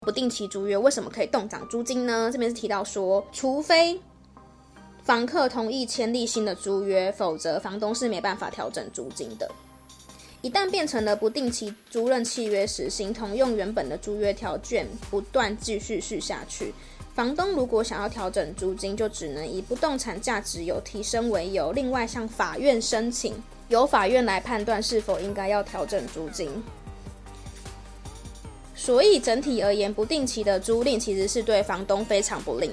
不定期租约为什么可以动涨租金呢？这边是提到说，除非房客同意签订新的租约，否则房东是没办法调整租金的。一旦变成了不定期租赁契约时，形同用原本的租约条件不断继续续下去。房东如果想要调整租金，就只能以不动产价值有提升为由，另外向法院申请，由法院来判断是否应该要调整租金。所以整体而言，不定期的租赁其实是对房东非常不利。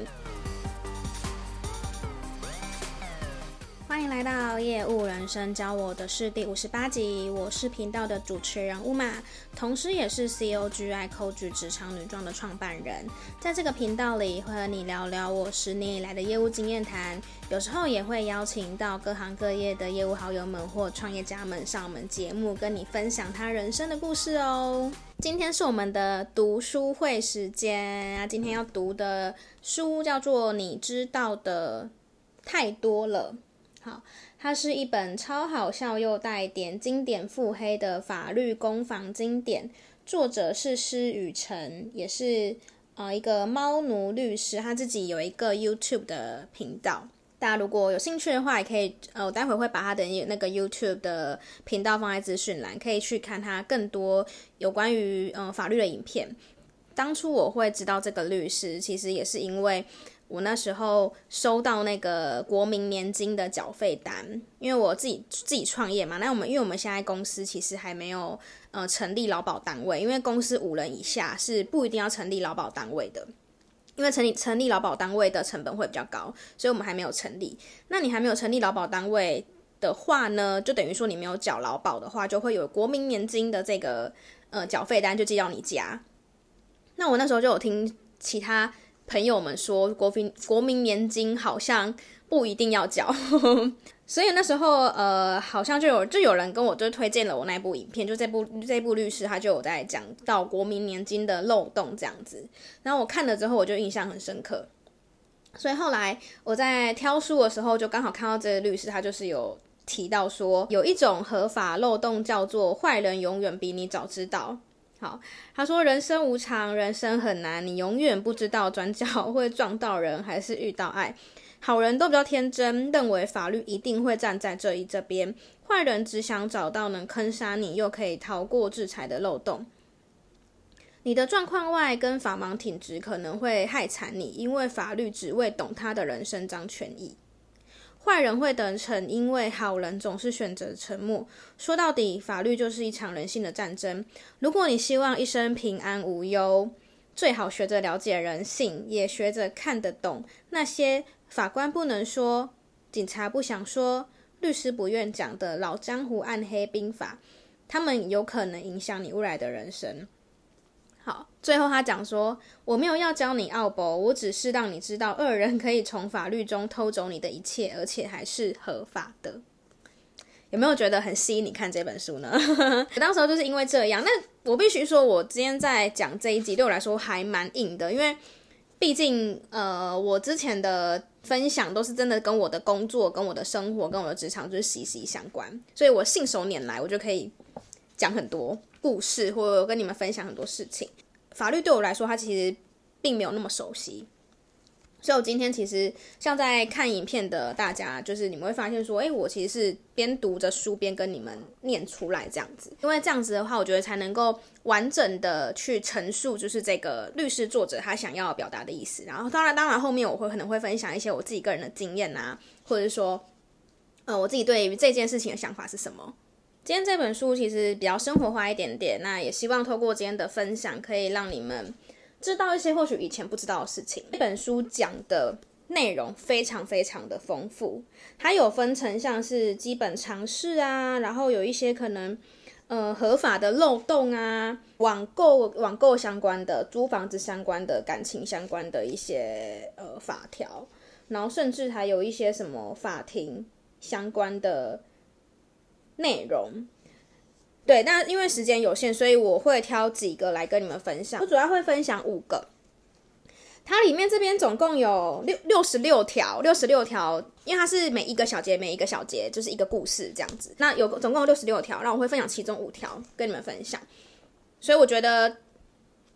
欢迎来到业务人生教我的事第58集，我是频道的主持人乌玛，同时也是 COGI Coach 职场女装的创办人。在这个频道里会和你聊聊我10年以来的业务经验谈，有时候也会邀请到各行各业的业务好友们或创业家们上我们节目，跟你分享他人生的故事哦。今天是我们的读书会时间，今天要读的书叫做《你知道的太多了》。好，它是一本超好笑又带点经典腹黑的法律攻防经典，作者是施雨辰，也是一个猫奴律师，他自己有一个 YouTube 的频道。大家如果有兴趣的话，也可以我待会会把他的那个 YouTube 的频道放在资讯栏，可以去看他更多有关于法律的影片。当初我会知道这个律师，其实也是因为我那时候收到那个国民年金的缴费单，因为我自己创业嘛，那因为我们现在公司其实还没有成立劳保单位，因为公司5人以下是不一定要成立劳保单位的，因为成立劳保单位的成本会比较高，所以我们还没有成立。那你还没有成立劳保单位的话呢，就等于说你没有缴劳保的话，就会有国民年金的这个缴费单就寄到你家。那我那时候就有听其他朋友们说国民年金好像不一定要缴所以那时候好像就有人跟我就推荐了我那部影片，就这部律师他就有在讲到国民年金的漏洞这样子，然后我看了之后我就印象很深刻，所以后来我在挑书的时候就刚好看到这个律师他就是有提到说，有一种合法漏洞叫做坏人永远比你早知道。好，他说人生无常，人生很难，你永远不知道转角会撞到人还是遇到爱。好人都比较天真，认为法律一定会站在这边，坏人只想找到能坑杀你又可以逃过制裁的漏洞。你的状况外跟法盲挺直可能会害惨你，因为法律只为懂他的人伸张权益。坏人会得逞，因为好人总是选择沉默。说到底，法律就是一场人性的战争。如果你希望一生平安无忧，最好学着了解人性，也学着看得懂那些法官不能说、警察不想说、律师不愿讲的老江湖暗黑兵法，他们有可能影响你未来的人生。好，最后他讲说，我没有要教你奥博，我只是让你知道恶人可以从法律中偷走你的一切，而且还是合法的。有没有觉得很吸引你看这本书呢？我当时候就是因为这样，那我必须说我今天在讲这一集对我来说还蛮硬的，因为毕竟我之前的分享都是真的跟我的工作、跟我的生活、跟我的职场就是息息相关，所以我信手拈来，我就可以讲很多故事，或者跟你们分享很多事情。法律对我来说它其实并没有那么熟悉，所以我今天其实像在看影片的大家，就是你们会发现说，我其实是边读着书边跟你们念出来这样子，因为这样子的话我觉得才能够完整的去陈述就是这个律师作者他想要表达的意思。然后当然后面我可能会分享一些我自己个人的经验啊，或者是说我自己对于这件事情的想法是什么。今天这本书其实比较生活化一点点，那也希望透过今天的分享可以让你们知道一些或许以前不知道的事情。这本书讲的内容非常非常的丰富，它有分成像是基本常识啊，然后有一些可能合法的漏洞啊，网购相关的、租房子相关的、感情相关的一些法条，然后甚至还有一些什么法庭相关的内容。对，但因为时间有限，所以我会挑几个来跟你们分享。我主要会分享5个，它里面这边总共有66条，因为它是每一个小节就是一个故事这样子。那总共有66条，然后我会分享其中5条跟你们分享。所以我觉得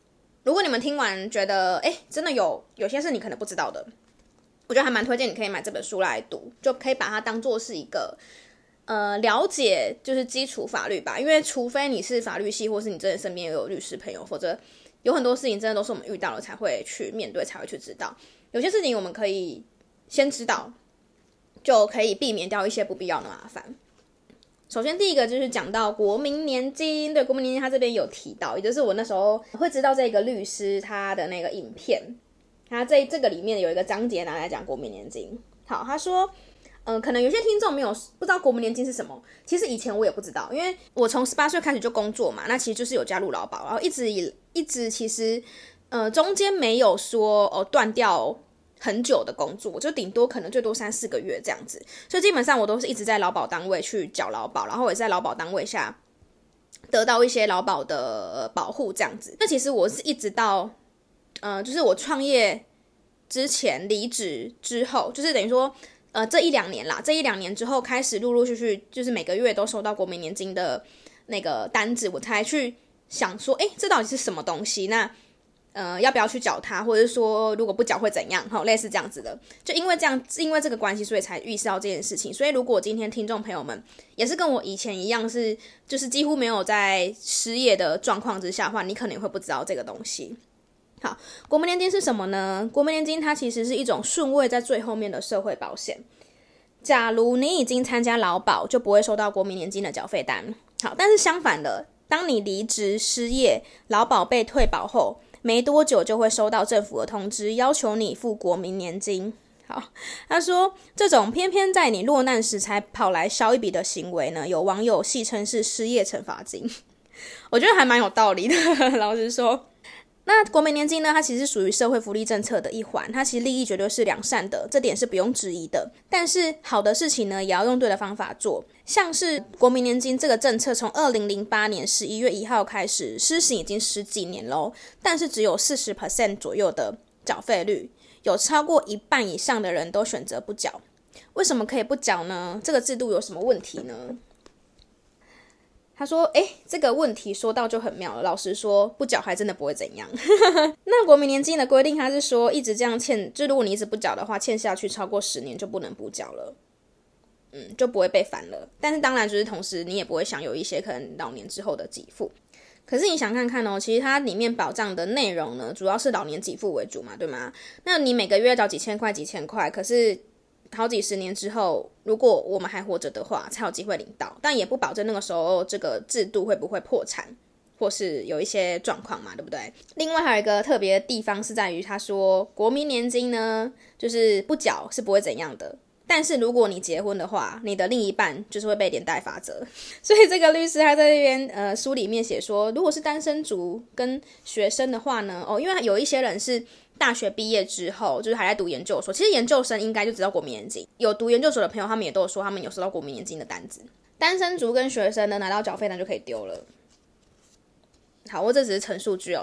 如果你们听完觉得真的有些是你可能不知道的，我觉得还蛮推荐你可以买这本书来读，就可以把它当作是一个了解就是基础法律吧，因为除非你是法律系，或是你真的身边有律师朋友，否则有很多事情真的都是我们遇到了才会去面对，才会去知道。有些事情我们可以先知道，就可以避免掉一些不必要的麻烦。首先第一个就是讲到国民年金，对，国民年金他这边有提到，也就是我那时候会知道这个律师他的那个影片，他这个里面有一个章节拿来讲国民年金。好，他说可能有些听众不知道国民年金是什么，其实以前我也不知道，因为我从18岁开始就工作嘛，那其实就是有加入劳保，然后一直其实中间没有说断掉很久的工作，就顶多可能最多3-4个月这样子，所以基本上我都是一直在劳保单位去缴劳保，然后也在劳保单位下得到一些劳保的保护这样子。那其实我是一直到就是我创业之前离职之后，就是等于说这一两年之后开始陆陆续续就是每个月都收到国民年金的那个单子，我才去想说这到底是什么东西，那要不要去缴它，或者是说如果不缴会怎样，类似这样子的。就因为这个关系，所以才意识到这件事情。所以如果今天听众朋友们也是跟我以前一样就是几乎没有在失业的状况之下的话，你可能也会不知道这个东西。好，国民年金是什么呢？国民年金它其实是一种顺位在最后面的社会保险。假如你已经参加劳保，就不会收到国民年金的缴费单。好，但是相反的，当你离职失业，劳保被退保后，没多久就会收到政府的通知，要求你付国民年金。好，他说这种偏偏在你落难时才跑来消一笔的行为呢，有网友戏称是失业惩罚金。我觉得还蛮有道理的，老实说。那国民年金呢，它其实属于社会福利政策的一环，它其实利益绝对是良善的，这点是不用质疑的。但是好的事情呢，也要用对的方法做。像是国民年金这个政策从2008年11月1号开始施行，已经10几年咯，但是只有 40% 左右的缴费率，有超过一半以上的人都选择不缴。为什么可以不缴呢？这个制度有什么问题呢？他说这个问题说到就很妙了，老实说不缴还真的不会怎样。那国民年金的规定他是说一直这样欠，就如果你一直不缴的话，欠下去超过10年就不能补缴了，就不会被返了。但是当然就是同时你也不会享有一些可能老年之后的给付。可是你想看看其实它里面保障的内容呢，主要是老年给付为主嘛，对吗？那你每个月缴几千块，可是好几十年之后，如果我们还活着的话，才有机会领到，但也不保证那个时候这个制度会不会破产，或是有一些状况嘛，对不对？另外还有一个特别的地方是在于，他说国民年金呢，就是不缴是不会怎样的，但是如果你结婚的话，你的另一半就是会被连带罚责。所以这个律师他在这边书里面写说，如果是单身族跟学生的话呢，因为有一些人是大学毕业之后就是还在读研究所，其实研究生应该就知道国民年金，有读研究所的朋友他们也都有说他们有收到国民年金的单子。单身族跟学生呢拿到缴费单就可以丢了。好，我这只是陈述句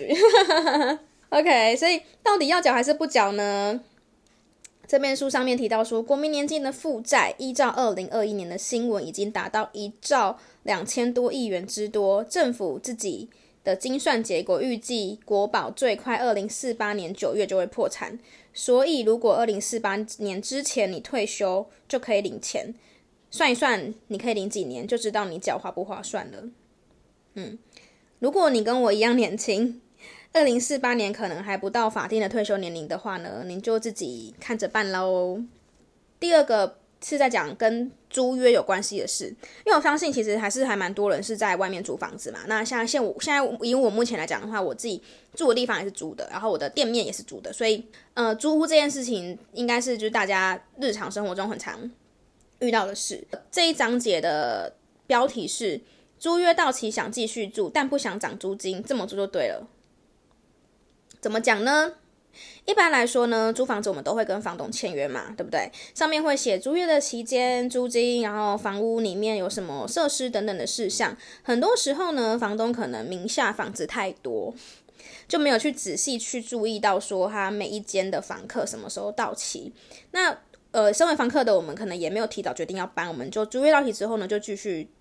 OK， 所以到底要缴还是不缴呢？这边书上面提到说，国民年金的负债依照2021年的新闻已经达到1兆2000多亿元之多，政府自己的精算结果预计国保最快2048年9月就会破产，所以如果2048年之前你退休就可以领钱，算一算你可以领几年，就知道你缴划不划算了。如果你跟我一样年轻，2048年可能还不到法定的退休年龄的话呢，您就自己看着办咯。第二个是在讲跟租约有关系的事，因为我相信其实还蛮多人是在外面租房子嘛。那像现在以我目前来讲的话，我自己住的地方也是租的，然后我的店面也是租的，所以租屋这件事情应该是就是大家日常生活中很常遇到的事。这一章节的标题是租约到期想继续住，但不想涨租金，这么做就对了。怎么讲呢？一般来说呢，租房子我们都会跟房东签约嘛，对不对？上面会写租约的期间、租金，然后房屋里面有什么设施等等的事项。很多时候呢，房东可能名下房子太多，就没有去仔细去注意到说他每一间的房客什么时候到期。那身为房客的我们可能也没有提早决定要搬，我们就租约到期之后呢，就继续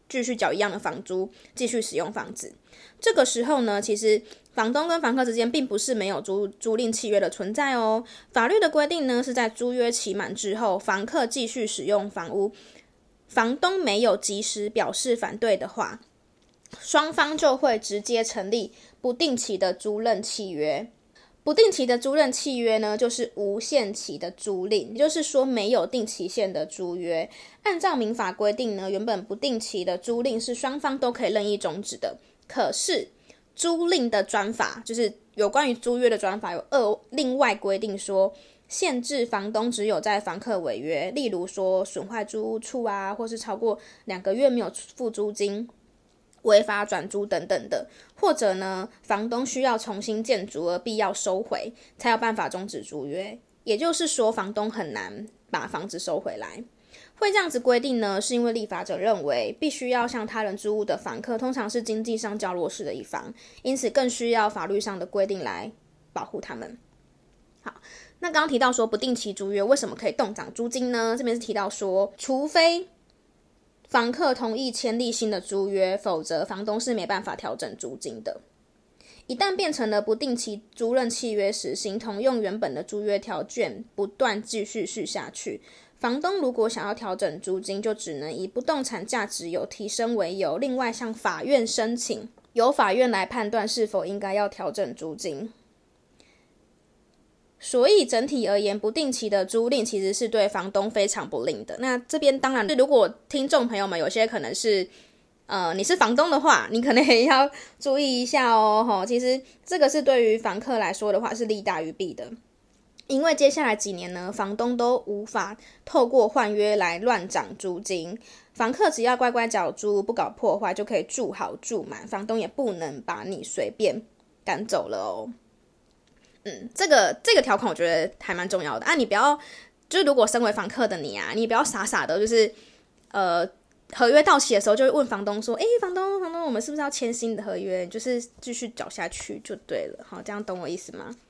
继续缴一样的房租，继续使用房子。这个时候呢，其实房东跟房客之间并不是没有租赁契约的存在哦。法律的规定呢，是在租约期满之后，房客继续使用房屋，房东没有及时表示反对的话，双方就会直接成立不定期的租赁契约。不定期的租赁契约呢，就是无限期的租赁，也就是说没有定期限的租约。按照民法规定呢，原本不定期的租赁是双方都可以任意终止的。可是租赁的专法，就是有关于租约的专法，有另外规定说，限制房东只有在房客违约，例如说损坏租屋处啊，或是超过2个月没有付租金，违法转租等等的，或者呢，房东需要重新建筑而必要收回，才有办法终止租约。也就是说，房东很难把房子收回来。会这样子规定呢，是因为立法者认为，必须要向他人租屋的房客，通常是经济上较弱势的一方，因此更需要法律上的规定来保护他们。好，那刚刚提到说不定期租约为什么可以冻涨租金呢？这边是提到说，除非房客同意签立新的租约，否则房东是没办法调整租金的。一旦变成了不定期租赁契约时，形同用原本的租约条件不断继续续下去。房东如果想要调整租金，就只能以不动产价值有提升为由，另外向法院申请，由法院来判断是否应该要调整租金。所以整体而言，不定期的租赁其实是对房东非常不利的。那这边当然，如果听众朋友们有些可能是你是房东的话，你可能也要注意一下哦。其实这个是对于房客来说的话是利大于弊的。因为接下来几年呢，房东都无法透过换约来乱涨租金，房客只要乖乖缴租，不搞破坏，就可以住好住满，房东也不能把你随便赶走了哦。这个条款我觉得还蛮重要的啊，你不要，就是如果身为房客的你啊，你不要傻傻的，就是合约到期的时候就会问房东说，房东，我们是不是要签新的合约？就是继续缴下去就对了。好，这样懂我意思吗？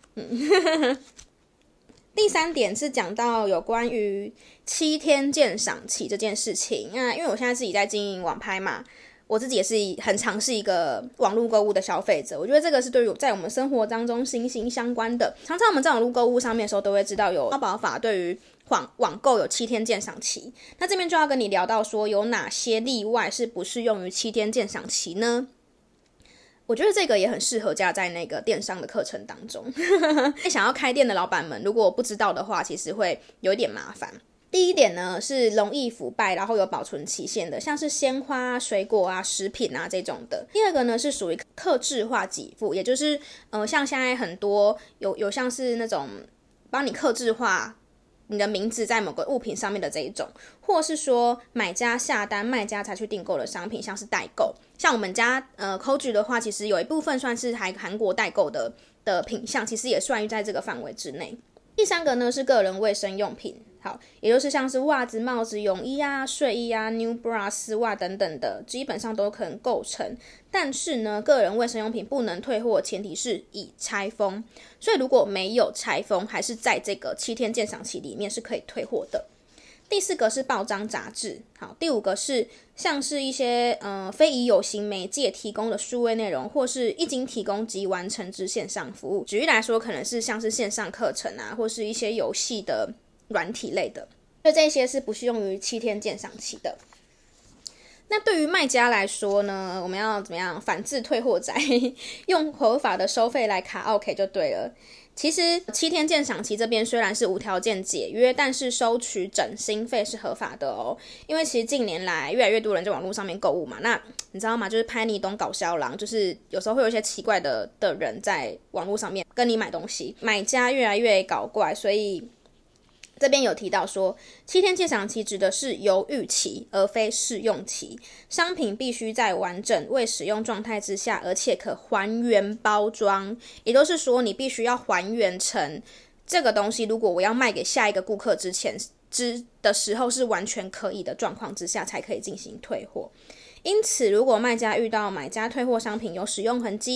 第3点是讲到有关于7天鉴赏期这件事情。那因为我现在自己在经营网拍嘛，我自己也是很常是一个网络购物的消费者，我觉得这个是对于在我们生活当中息息相关的。常常我们在网络购物上面的时候都会知道有消保法对于网购有7天鉴赏期，那这边就要跟你聊到说有哪些例外是不适用于7天鉴赏期呢？我觉得这个也很适合加在那个电商的课程当中想要开店的老板们如果不知道的话，其实会有一点麻烦。第一点呢是容易腐败然后有保存期限的，像是鲜花、水果啊、食品啊这种的。第二个呢是属于客制化给付，也就是像现在很多有像是那种帮你客制化你的名字在某个物品上面的这一种，或是说买家下单卖家才去订购的商品，像是代购。像我们家Cogy 的话，其实有一部分算是韩国代购的品项，其实也算在这个范围之内。第3个呢是个人卫生用品，好，也就是像是袜子、帽子、泳衣啊、睡衣啊、new bra、丝袜等等的，基本上都可能构成。但是呢，个人卫生用品不能退货，前提是已拆封。所以如果没有拆封，还是在这个7天鉴赏期里面是可以退货的。第4个是报章杂志，好，第5个是像是一些非以有形媒介提供的数位内容，或是一经提供即完成之线上服务。举例来说，可能是像是线上课程啊，或是一些游戏的软体类的，所以这些是不适用于7天鉴赏期的。那对于卖家来说呢，我们要怎么样反制退货仔用合法的收费来卡 OK 就对了。其实7天鉴赏期这边虽然是无条件解约，但是收取整新费是合法的哦。因为其实近年来越来越多人在网络上面购物嘛，那你知道吗？就是拍你懂搞销郎，就是有时候会有一些奇怪的人在网络上面跟你买东西，买家越来越搞怪，所以这边有提到说7天鉴赏期指的是犹豫期而非试用期，商品必须在完整未使用状态之下，而且可还原包装，也就是说你必须要还原成这个东西如果我要卖给下一个顾客的时候是完全可以的状况之下才可以进行退货。因此如果卖家遇到买家退货商品有使用痕迹，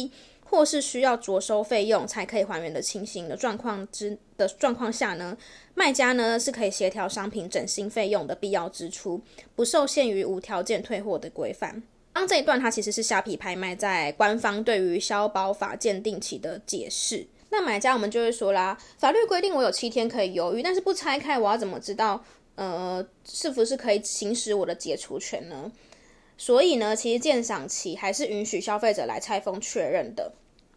或是需要酌收费用才可以还原的情形的状况下呢，卖家呢是可以协调商品整新费用的必要支出，不受限于无条件退货的规范。刚这一段它其实是虾皮拍卖在官方对于消保法鉴定期的解释。那买家我们就会说啦，法律规定我有7天可以犹豫，但是不拆开我要怎么知道是不是可以行使我的解除权呢？所以呢，其实鉴赏期还是允许消费者来拆封确认的。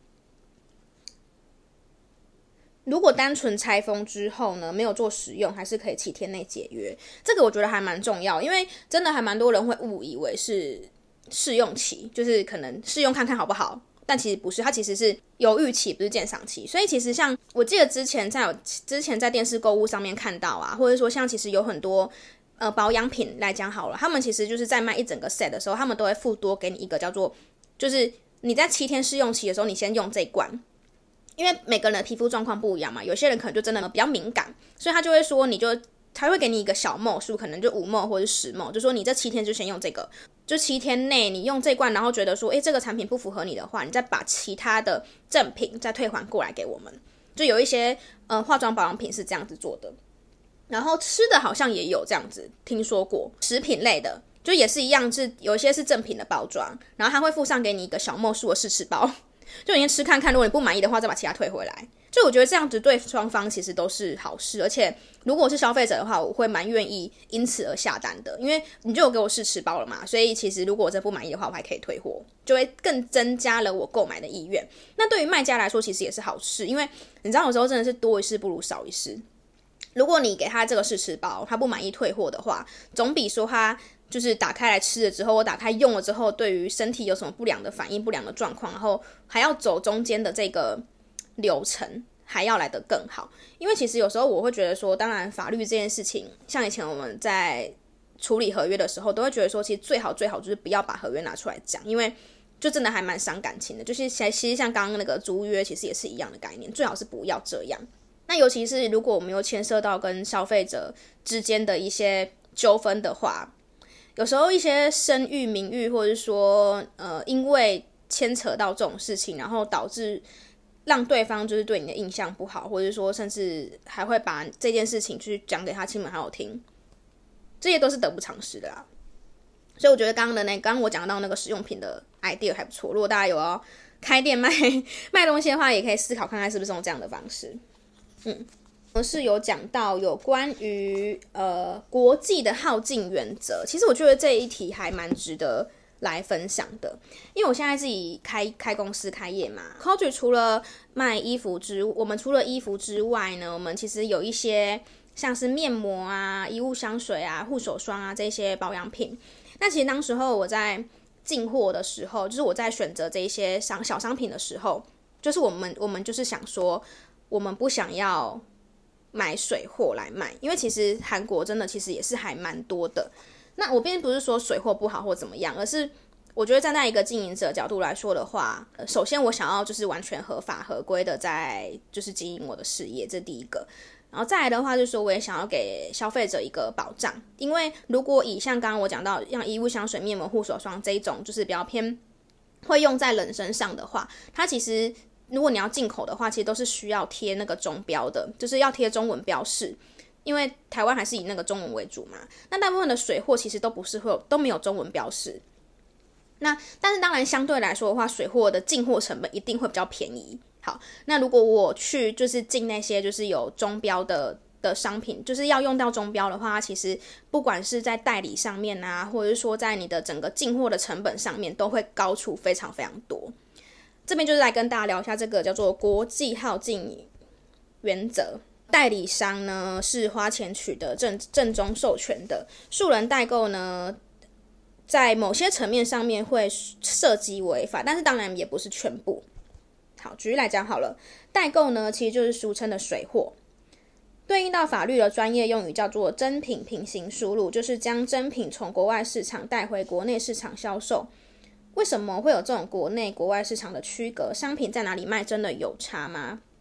如果单纯拆封之后呢，没有做使用，还是可以7天内解约。这个我觉得还蛮重要，因为真的还蛮多人会误以为是试用期，就是可能试用看看好不好，但其实不是，它其实是犹豫期，不是鉴赏期。所以其实像我记得之前在电视购物上面看到啊，或者说像其实有很多保养品来讲好了，他们其实就是在卖一整个 set 的时候，他们都会附多给你一个叫做，就是你在7天试用期的时候，你先用这一罐，因为每个人的皮肤状况不一样嘛，有些人可能就真的比较敏感，所以他就会说他会给你一个小ml数，可能就5ml或者10ml，就说你这7天就先用这个，就7天内你用这罐，然后觉得说这个产品不符合你的话，你再把其他的赠品再退还过来给我们。就有一些化妆保养品是这样子做的。然后吃的好像也有这样子，听说过食品类的，就也是一样，是有一些是正品的包装，然后他会附上给你一个小ml数的试吃包，就你先吃看看，如果你不满意的话，再把其他退回来。就我觉得这样子对双方其实都是好事，而且如果我是消费者的话，我会蛮愿意因此而下单的，因为你就有给我试吃包了嘛，所以其实如果我真不满意的话，我还可以退货，就会更增加了我购买的意愿。那对于卖家来说，其实也是好事，因为你知道有时候真的是多一事不如少一事。如果你给他这个试吃包，他不满意退货的话，总比说他就是打开来吃了之后，我打开用了之后，对于身体有什么不良的反应、不良的状况，然后还要走中间的这个流程，还要来得更好。因为其实有时候我会觉得说，当然法律这件事情，像以前我们在处理合约的时候，都会觉得说，其实最好就是不要把合约拿出来讲，因为就真的还蛮伤感情的。就是其实像刚刚那个租约，其实也是一样的概念，最好是不要这样。那尤其是如果我们又牵涉到跟消费者之间的一些纠纷的话，有时候一些声誉、名誉，或者说因为牵扯到这种事情，然后导致让对方就是对你的印象不好，或者说甚至还会把这件事情去讲给他亲朋好友听，这些都是得不偿失的啦。所以我觉得刚刚我讲到那个实用品的 idea 还不错，如果大家有要开店卖东西的话，也可以思考看看是不是用这样的方式。是有讲到有关于国际的耗尽原则，其实我觉得这一题还蛮值得来分享的，因为我现在自己开公司开业嘛 ，Coty 除了卖衣服我们除了衣服之外呢，我们其实有一些像是面膜啊、衣物香水啊、护手霜啊这些保养品。那其实当时候我在进货的时候，就是我在选择这一些小商品的时候，就是我们就是想说，我们不想要买水货来卖，因为其实韩国真的其实也是还蛮多的。那我并不是说水货不好或怎么样，而是我觉得站在一个经营者的角度来说的话，首先我想要就是完全合法合规的在就是经营我的事业，这第一个。然后再来的话就是说我也想要给消费者一个保障，因为如果以像刚刚我讲到像衣物香水、面膜、护手霜这一种就是比较偏会用在人身上的话，它其实如果你要进口的话，其实都是需要贴那个中标的，就是要贴中文标示，因为台湾还是以那个中文为主嘛。那大部分的水货其实都没有中文标示。但是当然相对来说的话，水货的进货成本一定会比较便宜。好，那如果我去就是进那些就是有中标的商品，就是要用到中标的话，其实不管是在代理上面啊，或者是说在你的整个进货的成本上面，都会高出非常非常多。这边就是来跟大家聊一下这个叫做国际耗尽原则。代理商呢是花钱取得正宗授权的，素人代购呢在某些层面上面会涉及违法，但是当然也不是全部。好，举例来讲好了，代购呢其实就是俗称的水货，对应到法律的专业用语叫做真品平行输入，就是将真品从国外市场带回国内市场销售。为什么会有这种国内国外市场的区隔？商品在哪里卖真的有差吗？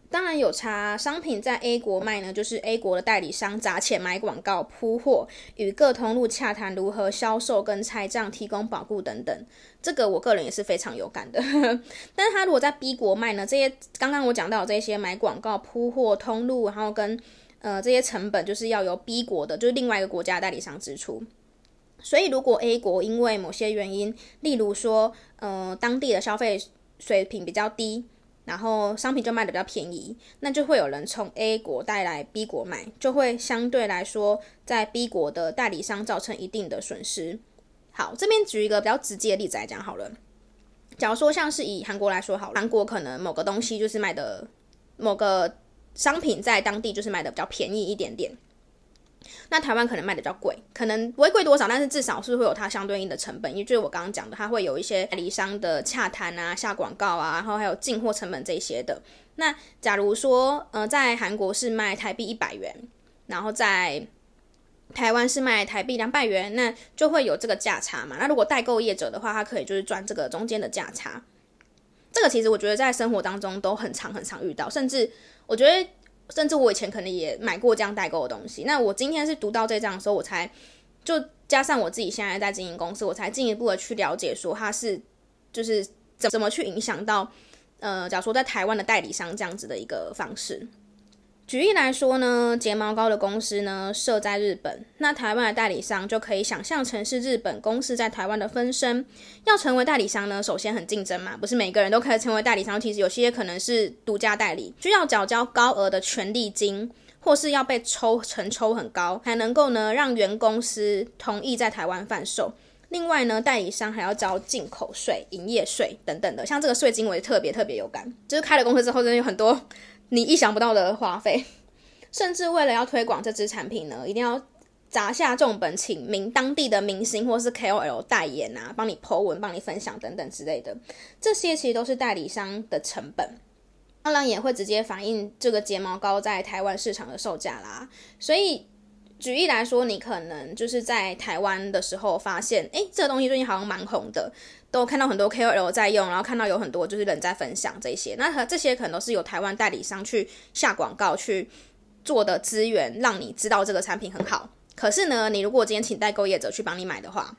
当然有差，商品在 A 国卖呢，就是 A 国的代理商砸钱买广告铺货，与各通路洽谈如何销售跟拆账，提供保固等等。这个我个人也是非常有感的。但是他如果在 B 国卖呢，这些刚刚我讲到这些买广告铺货通路，然后跟这些成本就是要由 B 国的，就是另外一个国家的代理商支出。所以如果 A 国因为某些原因，例如说当地的消费水平比较低，然后商品就卖的比较便宜，那就会有人从 A 国带来 B 国买，就会相对来说在 B 国的代理商造成一定的损失。好，这边举一个比较直接的例子来讲好了。假如说像是以韩国来说好了，韩国可能某个东西就是卖的某个商品在当地就是卖的比较便宜一点点，那台湾可能卖的比较贵，可能不会贵多少，但是至少是会有它相对应的成本，因为就是我刚刚讲的，它会有一些代理商的洽谈啊、下广告啊，然后还有进货成本这些的。那假如说在韩国是卖台币100元，然后在台湾是卖台币200元，那就会有这个价差嘛。那如果代购业者的话，他可以就是赚这个中间的价差。这个其实我觉得在生活当中都很常遇到，甚至我觉得甚至我以前可能也买过这样代购的东西。那我今天是读到这章的时候，我才就加上我自己现在在经营公司，我才进一步的去了解说它是就是怎么去影响到假如说在台湾的代理商这样子的一个方式。举例来说呢，睫毛膏的公司呢设在日本，那台湾的代理商就可以想象成是日本公司在台湾的分身。要成为代理商呢，首先很竞争嘛，不是每个人都可以成为代理商，其实有些可能是独家代理，需要缴交高额的权利金，或是要被抽很高，才能够呢让原公司同意在台湾贩售。另外呢，代理商还要交进口税、营业税等等的，像这个税金我也特别有感，就是开了公司之后真的有很多你意想不到的花费，甚至为了要推广这支产品呢，一定要砸下重本请当地的明星或是 KOL 代言啊，帮你 po 文、帮你分享等等之类的，这些其实都是代理商的成本，当然也会直接反映这个睫毛膏在台湾市场的售价啦。所以举例来说，你可能就是在台湾的时候发现，这个东西最近好像蛮红的，都看到很多 KOL 在用，然后看到有很多就是人在分享这些，那这些可能都是由台湾代理商去下广告去做的资源，让你知道这个产品很好。可是呢，你如果今天请代购业者去帮你买的话，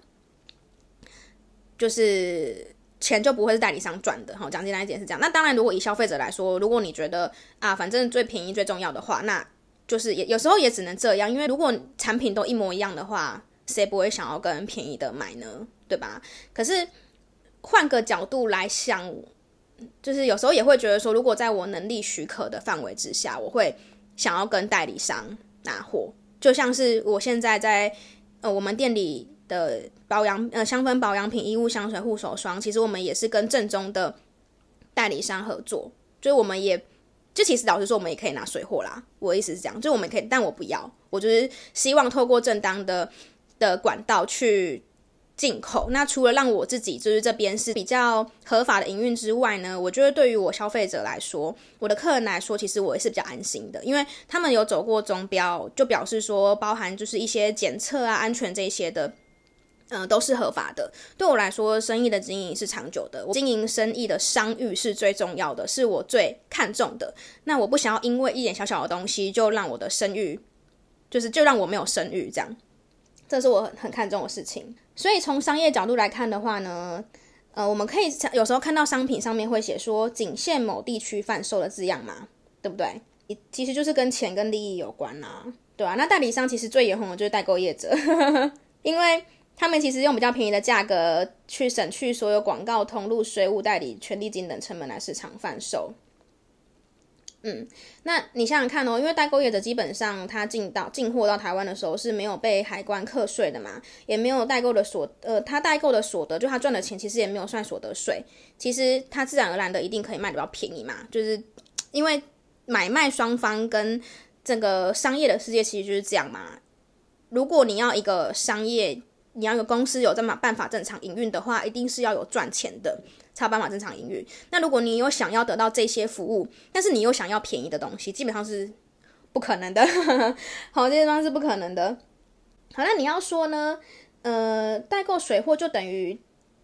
就是钱就不会是代理商赚的，讲简单一点是这样。那当然，如果以消费者来说，如果你觉得反正最便宜最重要的话，那就是有时候也只能这样，因为如果产品都一模一样的话，谁不会想要跟便宜的买呢？对吧？可是换个角度来想，就是有时候也会觉得说，如果在我能力许可的范围之下，我会想要跟代理商拿货。就像是我现在在我们店里的香氛保养品、衣物、香水、护手霜，其实我们也是跟正宗的代理商合作，就是我们也。就其实老实说，我们也可以拿水货啦。我的意思是这样，就我们可以，但我不要，我就是希望透过正当的管道去进口。那除了让我自己就是这边是比较合法的营运之外呢，我觉得对于我消费者来说，我的客人来说，其实我也是比较安心的，因为他们有走过中标，就表示说包含就是一些检测啊、安全这些的。都是合法的。对我来说，生意的经营是长久的，我经营生意的商誉是最重要的，是我最看重的。那我不想要因为一点小小的东西就让我的声誉，就让我没有声誉，这样，这是我很看重的事情。所以从商业角度来看的话呢，我们可以有时候看到商品上面会写说仅限某地区贩售的字样嘛，对不对？其实就是跟钱跟利益有关啦，对啊。那代理商其实最眼红的就是代购业者，因为他们其实用比较便宜的价格去省去所有广告、通路、税务、代理、权利金等成本来市场贩售。那你想想看因为代购业者基本上他进货到台湾的时候是没有被海关课税的嘛，也没有代购的他代购的所得，就他赚的钱其实也没有算所得税，其实他自然而然的一定可以卖得比较便宜嘛，就是因为买卖双方跟整个商业的世界其实就是这样嘛。如果你要一个商业，你要有公司有办法正常营运的话，一定是要有赚钱的才有办法正常营运。那如果你有想要得到这些服务，但是你又想要便宜的东西，基本上是不可能的。好，这些东西是不可能的。好，那你要说呢，代购水货就等于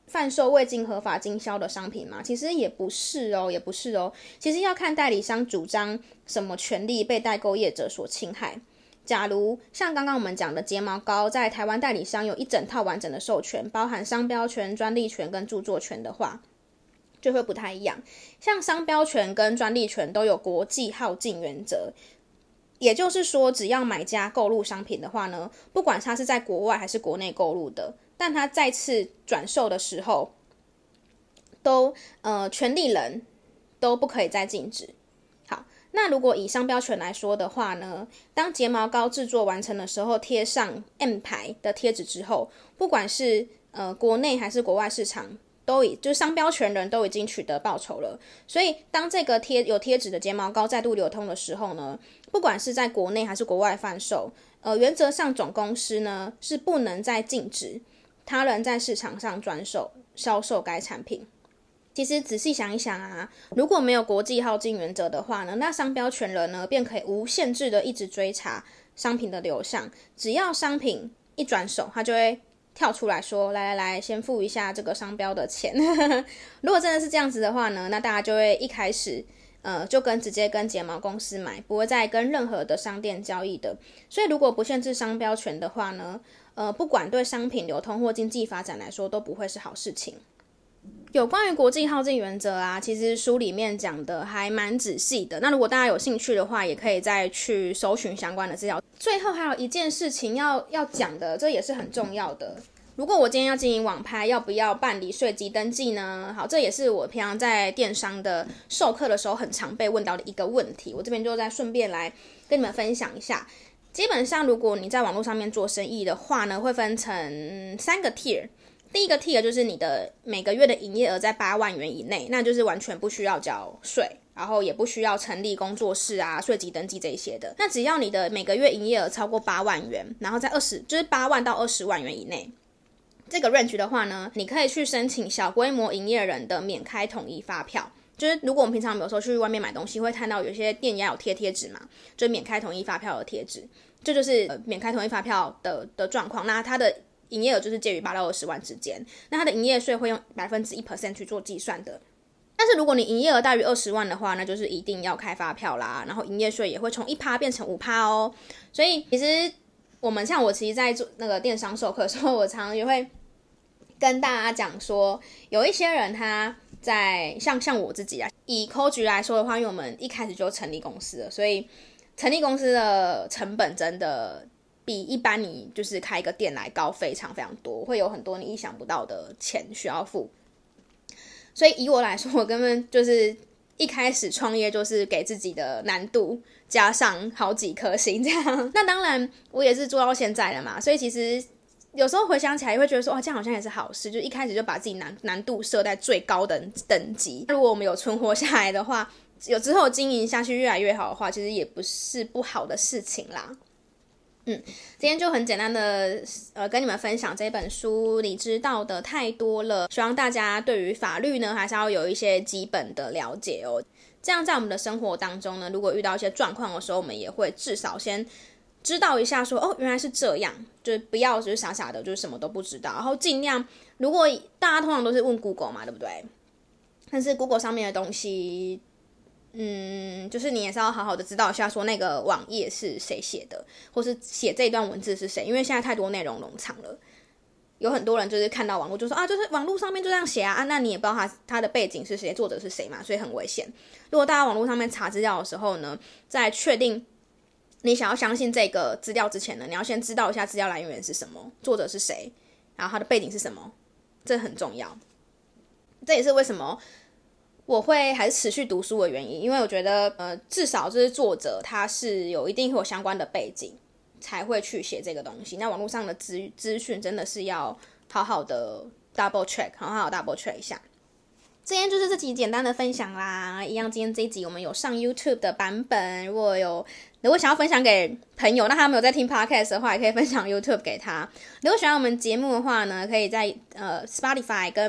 贩售未经合法经销的商品吗？其实也不是哦，也不是哦。其实要看代理商主张什么权利被代购业者所侵害。假如像刚刚我们讲的睫毛膏，在台湾代理商有一整套完整的授权，包含商标权、专利权跟著作权的话，就会不太一样。像商标权跟专利权都有国际耗尽原则，也就是说，只要买家购入商品的话呢，不管他是在国外还是国内购入的，但他再次转售的时候，都权利人都不可以再禁止。好，那如果以商标权来说的话呢，当睫毛膏制作完成的时候，贴上 M 牌的贴纸之后，不管是国内还是国外市场，就是商标权人都已经取得报酬了。所以当这个有贴纸的睫毛膏再度流通的时候呢，不管是在国内还是国外贩售，原则上总公司呢是不能再禁止他人在市场上销售该产品。其实仔细想一想啊，如果没有国际耗尽原则的话呢，那商标权人呢便可以无限制的一直追查商品的流向，只要商品一转手，他就会跳出来说，来，先付一下这个商标的钱。如果真的是这样子的话呢，那大家就会一开始就直接跟睫毛公司买，不会再跟任何的商店交易的。所以如果不限制商标权的话呢，不管对商品流通或经济发展来说都不会是好事情。有关于国际耗尽原则啊，其实书里面讲的还蛮仔细的。那如果大家有兴趣的话，也可以再去搜寻相关的资料。最后还有一件事情要讲的，这也是很重要的。如果我今天要经营网拍，要不要办理税籍登记呢？好，这也是我平常在电商的授课的时候很常被问到的一个问题。我这边就再顺便来跟你们分享一下。基本上，如果你在网络上面做生意的话呢，会分成3个 tier。第一个 tier 就是你的每个月的营业额在8万元以内，那就是完全不需要缴税，然后也不需要成立工作室啊、税籍登记这些的。那只要你的每个月营业额超过8万元，然后在就是8万到20万元以内，这个 range 的话呢，你可以去申请小规模营业人的免开统一发票。就是如果我们平常有时候去外面买东西，会看到有些店家有贴纸嘛，就是免开统一发票的贴纸，这就是免开统一发票的状况。那它的营业额就是介于8到20万之间，那它的营业税会用1% 去做计算的。但是如果你营业额大于20万的话，那就是一定要开发票啦，然后营业税也会从1%变成5%哦。所以其实我其实在做那个电商授课的时候，我常常也会跟大家讲说，有一些人他在像我自己啊，以 Coach 来说的话，因为我们一开始就成立公司了，所以成立公司的成本真的比一般你就是开一个店来高非常非常多，会有很多你意想不到的钱需要付。所以以我来说，我根本就是一开始创业就是给自己的难度加上好几颗星这样。那当然我也是做到现在了嘛，所以其实有时候回想起来也会觉得说，这样好像也是好事，就一开始就把自己难度设在最高的等级。如果我们有存活下来的话，有之后经营下去越来越好的话，其实也不是不好的事情啦。今天就很简单的跟你们分享这本书，你知道的太多了，希望大家对于法律呢还是要有一些基本的了解哦。这样在我们的生活当中呢，如果遇到一些状况的时候，我们也会至少先知道一下说，原来是这样，就是不要就是傻傻的就是什么都不知道，然后尽量，如果大家通常都是问 Google 嘛，对不对？但是 Google 上面的东西就是你也是要好好的知道一下说那个网页是谁写的，或是写这一段文字是谁，因为现在太多内容农场了，有很多人就是看到网络就说就是网络上面就这样写啊，那你也不知道他的背景是谁，作者是谁嘛，所以很危险。如果大家网络上面查资料的时候呢，在确定你想要相信这个资料之前呢，你要先知道一下资料来源是什么，作者是谁，然后他的背景是什么，这很重要。这也是为什么我会还是持续读书的原因，因为我觉得至少就是作者他是一定会有相关的背景才会去写这个东西。那网络上的资讯真的是要好好的 double check， 好好 double check 一下。今天就是这集简单的分享啦，一样今天这一集我们有上 YouTube 的版本，如果想要分享给朋友，那他没有在听 Podcast 的话，也可以分享 YouTube 给他。如果喜欢我们节目的话呢，可以在Spotify 跟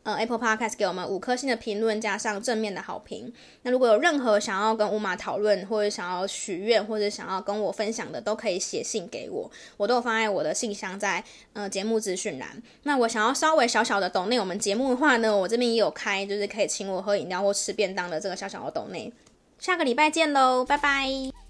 Apple Podcast 给我们5颗星的评论，加上正面的好评。那如果有任何想要跟乌马讨论，或者想要许愿，或者想要跟我分享的，都可以写信给我，我都有放在我的信箱在节目资讯栏。那我想要稍微小小的抖内我们节目的话呢，我这边也有开，就是可以请我喝饮料或吃便当的这个小小的抖内。下个礼拜见咯，拜拜。